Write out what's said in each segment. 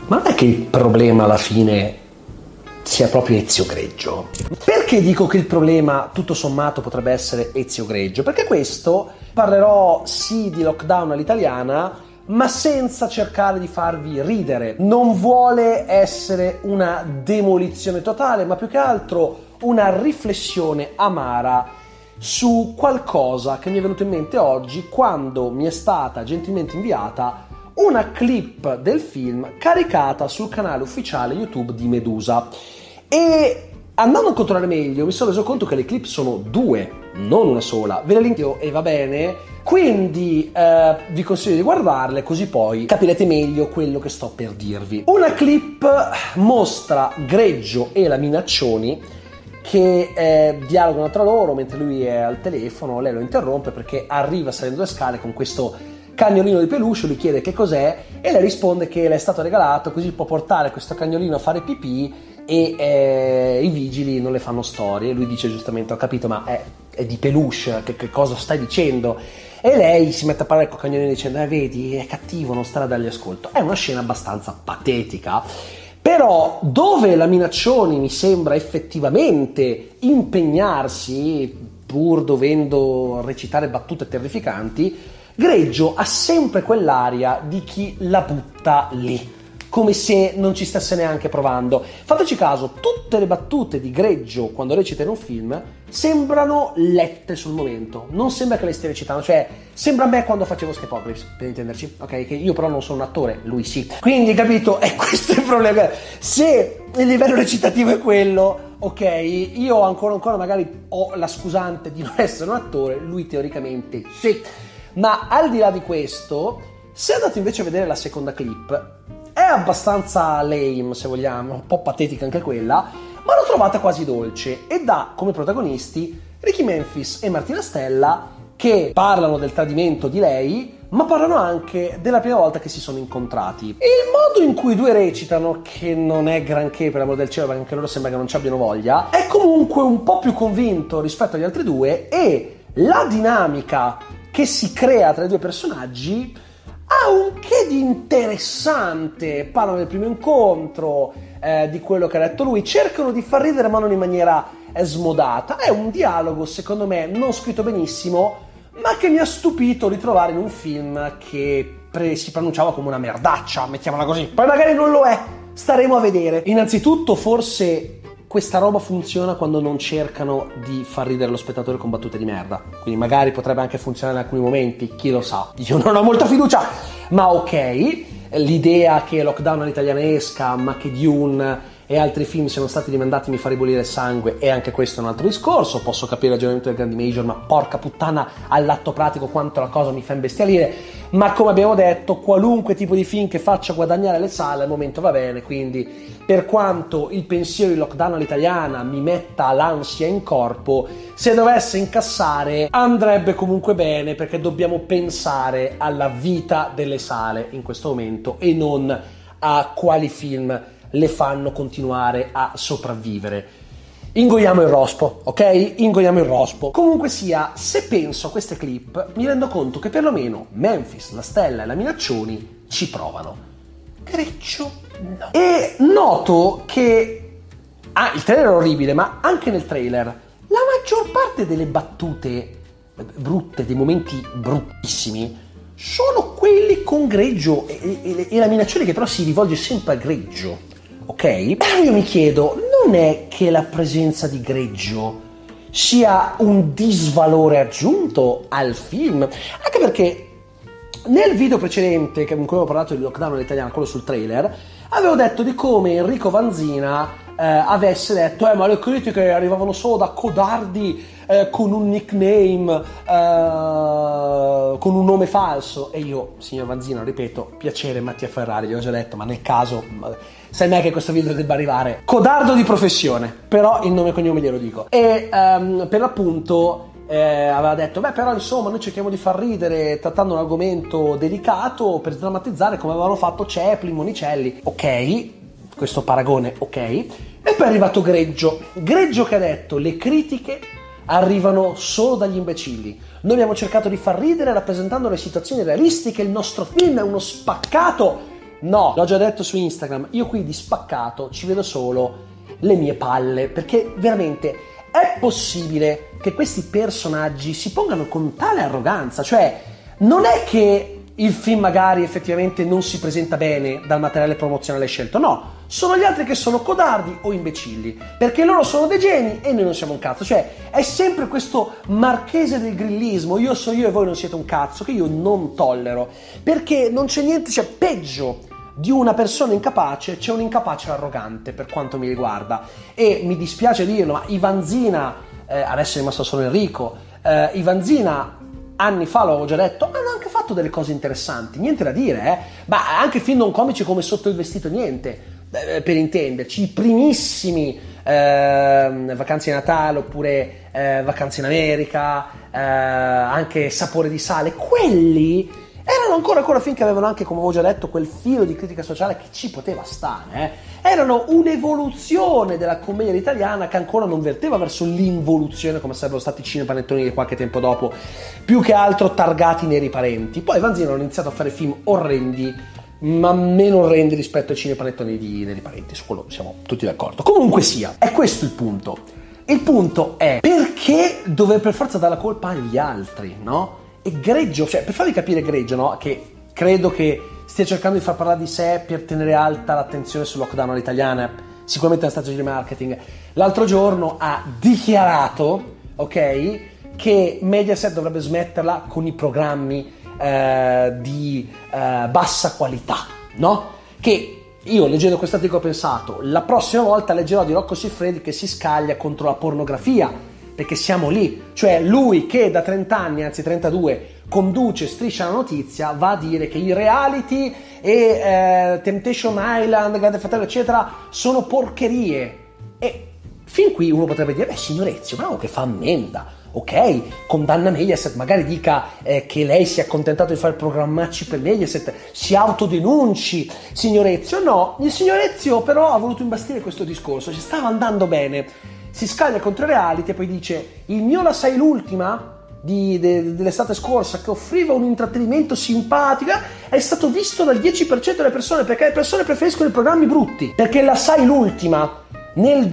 Ma non è che il problema alla fine sia proprio Ezio Greggio? Perché dico che il problema tutto sommato potrebbe essere Ezio Greggio? Perché questo parlerò sì di Lockdown all'italiana, ma senza cercare di farvi ridere. Non vuole essere una demolizione totale, ma più che altro una riflessione amara su qualcosa che mi è venuto in mente oggi quando mi è stata gentilmente inviata una clip del film caricata sul canale ufficiale YouTube di Medusa. E andando a controllare meglio mi sono reso conto che le clip sono 2, non una sola. Ve le linkio e va bene, quindi vi consiglio di guardarle, così poi capirete meglio quello che sto per dirvi. Una clip mostra Greggio e la Minaccioni che dialogano tra loro mentre lui è al telefono. Lei lo interrompe perché arriva salendo le scale con questo cagnolino di peluche, lui chiede che cos'è e lei risponde che le è stato regalato così può portare questo cagnolino a fare pipì e i vigili non le fanno storie. Lui dice giustamente: ho capito, ma è di peluche, che cosa stai dicendo? E lei si mette a parlare con il cagnolino dicendo: vedi, è cattivo, non starà a dargli ascolto. È una scena abbastanza patetica, però dove la Minaccioni mi sembra effettivamente impegnarsi, pur dovendo recitare battute terrificanti, Greggio ha sempre quell'aria di chi la butta lì, come se non ci stesse neanche provando. Fateci caso, tutte le battute di Greggio quando recita in un film sembrano lette sul momento, non sembra che le stia recitando, cioè sembra a me quando facevo Skypocalypse, per intenderci, ok? Che io però non sono un attore, lui sì. Quindi, capito? E questo è il problema. Se il livello recitativo è quello, ok, io ancora magari ho la scusante di non essere un attore, lui teoricamente sì. Ma al di là di questo, se andate invece a vedere la seconda clip, è abbastanza lame, se vogliamo, un po' patetica anche quella, ma l'ho trovata quasi dolce ed ha come protagonisti Ricky Memphis e Martina Stella, che parlano del tradimento di lei, ma parlano anche della prima volta che si sono incontrati. E il modo in cui i due recitano, che non è granché per l'amor del cielo, perché anche loro sembra che non ci abbiano voglia, è comunque un po' più convinto rispetto agli altri due, e la dinamica che si crea tra i due personaggi ha un che di interessante. Parlano del primo incontro, di quello che ha detto lui, cercano di far ridere ma non in maniera smodata. È un dialogo secondo me non scritto benissimo, ma che mi ha stupito ritrovare in un film che si pronunciava come una merdaccia, mettiamola così. Poi magari non lo è, staremo a vedere. Innanzitutto forse questa roba funziona quando non cercano di far ridere lo spettatore con battute di merda, quindi magari potrebbe anche funzionare in alcuni momenti, chi lo sa. Io non ho molta fiducia, ma ok. L'idea che Lockdown all'italiana esca, ma che Dune e altri film siano stati rimandati mi fa ribollire il sangue, e anche questo è un altro discorso. Posso capire il ragionamento del grandi major, ma porca puttana, all'atto pratico quanto la cosa mi fa imbestialire. Ma come abbiamo detto, qualunque tipo di film che faccia guadagnare le sale al momento va bene, quindi per quanto il pensiero di Lockdown all'italiana mi metta l'ansia in corpo, se dovesse incassare andrebbe comunque bene, perché dobbiamo pensare alla vita delle sale in questo momento e non a quali film le fanno continuare a sopravvivere. Ingoiamo il rospo, ok? Ingoiamo il rospo. Comunque sia, se penso a queste clip mi rendo conto che perlomeno Memphis, la Stella e la Minaccioni ci provano. Greggio no. E noto che il trailer è orribile, ma anche nel trailer la maggior parte delle battute brutte, dei momenti bruttissimi, sono quelli con Greggio e la Minaccioni, che però si rivolge sempre a Greggio, ok? Però io mi chiedo, non è che la presenza di Greggio sia un disvalore aggiunto al film? Anche perché nel video precedente, che in cui avevo parlato di Lockdown all'italiana, quello sul trailer, avevo detto di come Enrico Vanzina avesse detto ma le critiche arrivavano solo da codardi con un nickname, con un nome falso. E io, signor Vanzina, ripeto, piacere Mattia Ferrari, gli ho già detto, ma nel caso sai mai che questo video debba arrivare, codardo di professione, però il nome e cognome glielo dico. E per l'appunto aveva detto però insomma noi cerchiamo di far ridere trattando un argomento delicato per drammatizzare, come avevano fatto Chaplin, Monicelli. Ok, questo paragone ok. E poi è arrivato Greggio che ha detto: le critiche arrivano solo dagli imbecilli, noi abbiamo cercato di far ridere rappresentando le situazioni realistiche, il nostro film è uno spaccato. No, l'ho già detto su Instagram, io qui di spaccato ci vedo solo le mie palle, perché veramente è possibile che questi personaggi si pongano con tale arroganza? Cioè, non è che il film magari effettivamente non si presenta bene dal materiale promozionale scelto, no, sono gli altri che sono codardi o imbecilli, perché loro sono dei geni e noi non siamo un cazzo. Cioè, è sempre questo marchese del grillismo, io so io e voi non siete un cazzo, che io non tollero, perché non c'è niente, cioè peggio di una persona incapace c'è un incapace arrogante, per quanto mi riguarda. E mi dispiace dirlo, ma Ivanzina, adesso è rimasto solo Enrico, Ivanzina anni fa, l'avevo già detto, hanno anche fatto delle cose interessanti, niente da dire, ma anche film non comici come Sotto il vestito niente, per intenderci, i primissimi Vacanze di Natale, oppure Vacanze in America, anche Sapore di sale, quelli erano ancora finché avevano anche, come avevo già detto, quel filo di critica sociale che ci poteva stare, erano un'evoluzione della commedia italiana che ancora non verteva verso l'involuzione come sarebbero stati i cinepanettoni di qualche tempo dopo, più che altro targati Neri Parenti. Poi Vanzina hanno iniziato a fare film orrendi, ma meno orrendi rispetto ai cinepanettoni di Neri Parenti, su quello siamo tutti d'accordo. Comunque sia, è questo il punto. Il punto è: perché dover per forza dare la colpa agli altri, no? E Greggio, cioè per farvi capire Greggio, no? Che credo che stia cercando di far parlare di sé per tenere alta l'attenzione sul lockdown all'italiana, sicuramente è una strategia di marketing. L'altro giorno ha dichiarato, ok, che Mediaset dovrebbe smetterla con i programmi di bassa qualità, no? Che io leggendo questo articolo ho pensato, la prossima volta leggerò di Rocco Siffredi che si scaglia contro la pornografia, perché siamo lì, cioè lui che da 30 anni, anzi 32, conduce Striscia la Notizia, va a dire che i reality e Temptation Island, Grande Fratello eccetera sono porcherie. E fin qui uno potrebbe dire, beh, signor Ezio, bravo che fa ammenda, ok, condanna Mediaset, magari dica che lei si è accontentato di fare programmacci per Mediaset, si autodenunci, signor Ezio. No, il signor Ezio però ha voluto imbastire questo discorso, ci stava andando bene, si scaglia contro i reality e poi dice: il mio La Sai l'Ultima dell'estate scorsa, che offriva un intrattenimento simpatico, è stato visto dal 10% delle persone, perché le persone preferiscono i programmi brutti, perché La Sai l'Ultima nel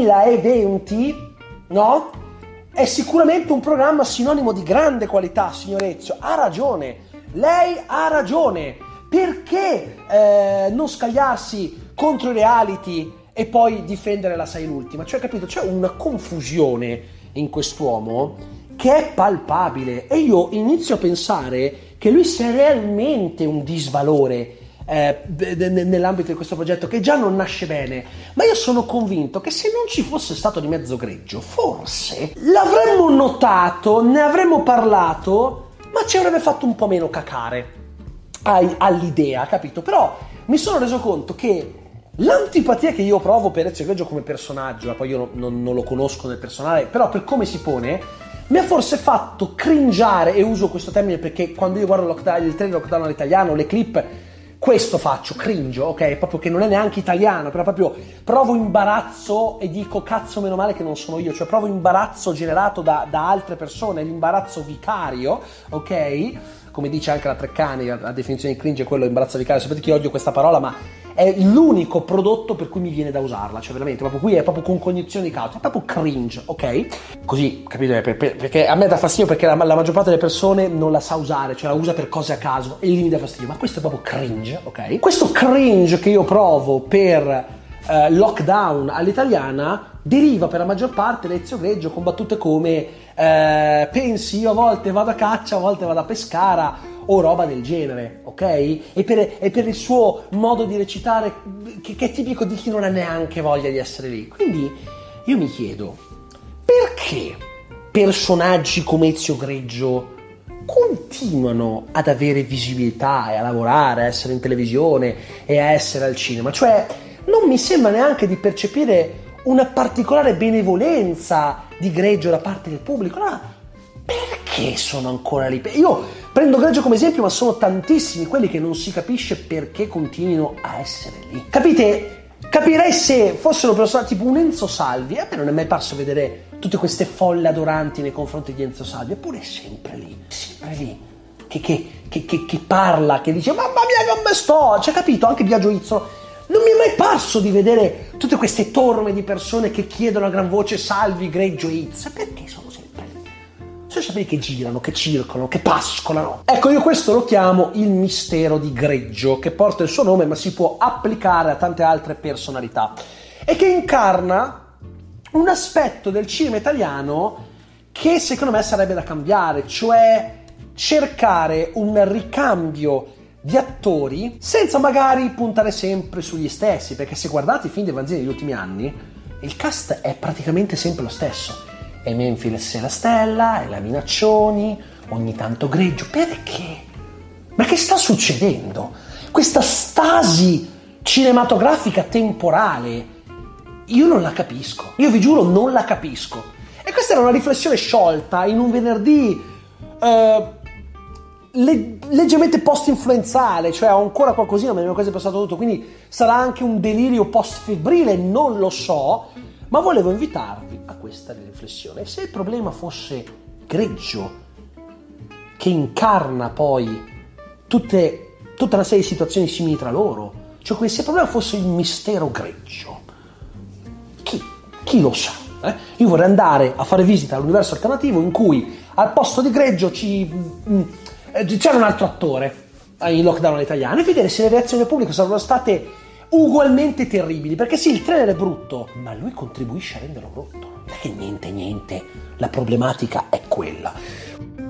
2020, no, è sicuramente un programma sinonimo di grande qualità. Signor Ezio, ha ragione, lei ha ragione. Perché non scagliarsi contro i reality e poi difendere La Sai l'Ultima? Cioè, capito, c'è una confusione in quest'uomo che è palpabile, e io inizio a pensare che lui sia realmente un disvalore nell'ambito di questo progetto, che già non nasce bene. Ma io sono convinto che se non ci fosse stato di mezzo Greggio, forse l'avremmo notato, ne avremmo parlato, ma ci avrebbe fatto un po' meno cacare all'idea, capito? Però mi sono reso conto che l'antipatia che io provo per Ezio Greggio come personaggio, poi io non lo conosco nel personale, però per come si pone mi ha forse fatto cringiare, e uso questo termine perché quando io guardo il trailer lockdown all'italiano, le clip, questo faccio, cringio, ok? Proprio che non è neanche italiano, però proprio provo imbarazzo e dico cazzo meno male che non sono io, cioè provo imbarazzo generato da altre persone, l'imbarazzo vicario, ok? Come dice anche la Treccani, la definizione di cringe è quello, imbarazzo vicario. Sapete che io odio questa parola, ma è l'unico prodotto per cui mi viene da usarla, cioè veramente, proprio qui è proprio con cognizione di causa, è proprio cringe, ok? Così, capite? Perché a me dà fastidio perché la maggior parte delle persone non la sa usare, cioè la usa per cose a caso e lì mi dà fastidio, ma questo è proprio cringe, ok? Questo cringe che io provo per lockdown all'italiana deriva per la maggior parte da Ezio Greggio, con battute come pensi, io a volte vado a caccia, a volte vado a pescara, o roba del genere, ok? E per il suo modo di recitare che è tipico di chi non ha neanche voglia di essere lì. Quindi io mi chiedo, perché personaggi come Ezio Greggio continuano ad avere visibilità e a lavorare, a essere in televisione e a essere al cinema? Cioè, non mi sembra neanche di percepire una particolare benevolenza di Greggio da parte del pubblico. No, perché sono ancora lì? Io prendo Greggio come esempio, ma sono tantissimi quelli che non si capisce perché continuino a essere lì. Capite? Capirei se fossero personaggi tipo un Enzo Salvi. A me non è mai parso vedere tutte queste folle adoranti nei confronti di Enzo Salvi, eppure è sempre lì, che parla, che dice mamma mia come sto, cioè capito, anche Biagio Izzolo. Non mi è mai parso di vedere tutte queste torme di persone che chiedono a gran voce salvi Greggio e Izzo. Perché sono sempre lì? Sono sempre lì che girano, che circolano, che pascolano. Ecco, io questo lo chiamo il mistero di Greggio, che porta il suo nome ma si può applicare a tante altre personalità e che incarna un aspetto del cinema italiano che secondo me sarebbe da cambiare, cioè cercare un ricambio di attori senza magari puntare sempre sugli stessi, perché se guardate i film di Vanzini degli ultimi anni il cast è praticamente sempre lo stesso, è Menfield e la Stella, è la Minaccioni, ogni tanto Greggio. Perché? Ma che sta succedendo? Questa stasi cinematografica temporale io non la capisco, io vi giuro non la capisco. E questa era una riflessione sciolta in un venerdì leggermente post-influenzale, cioè ho ancora qualcosina, ma non è quasi passato tutto, quindi sarà anche un delirio post-febbrile, non lo so, ma volevo invitarvi a questa riflessione. Se il problema fosse Greggio, che incarna poi tutta una serie di situazioni simili tra loro, cioè se il problema fosse il mistero Greggio, chi lo sa? Io vorrei andare a fare visita all'universo alternativo in cui al posto di Greggio c'era un altro attore in lockdown all'italiano e vedere se le reazioni del pubblico sarebbero state ugualmente terribili, perché sì, il trailer è brutto, ma lui contribuisce a renderlo brutto. Non è che niente, la problematica è quella.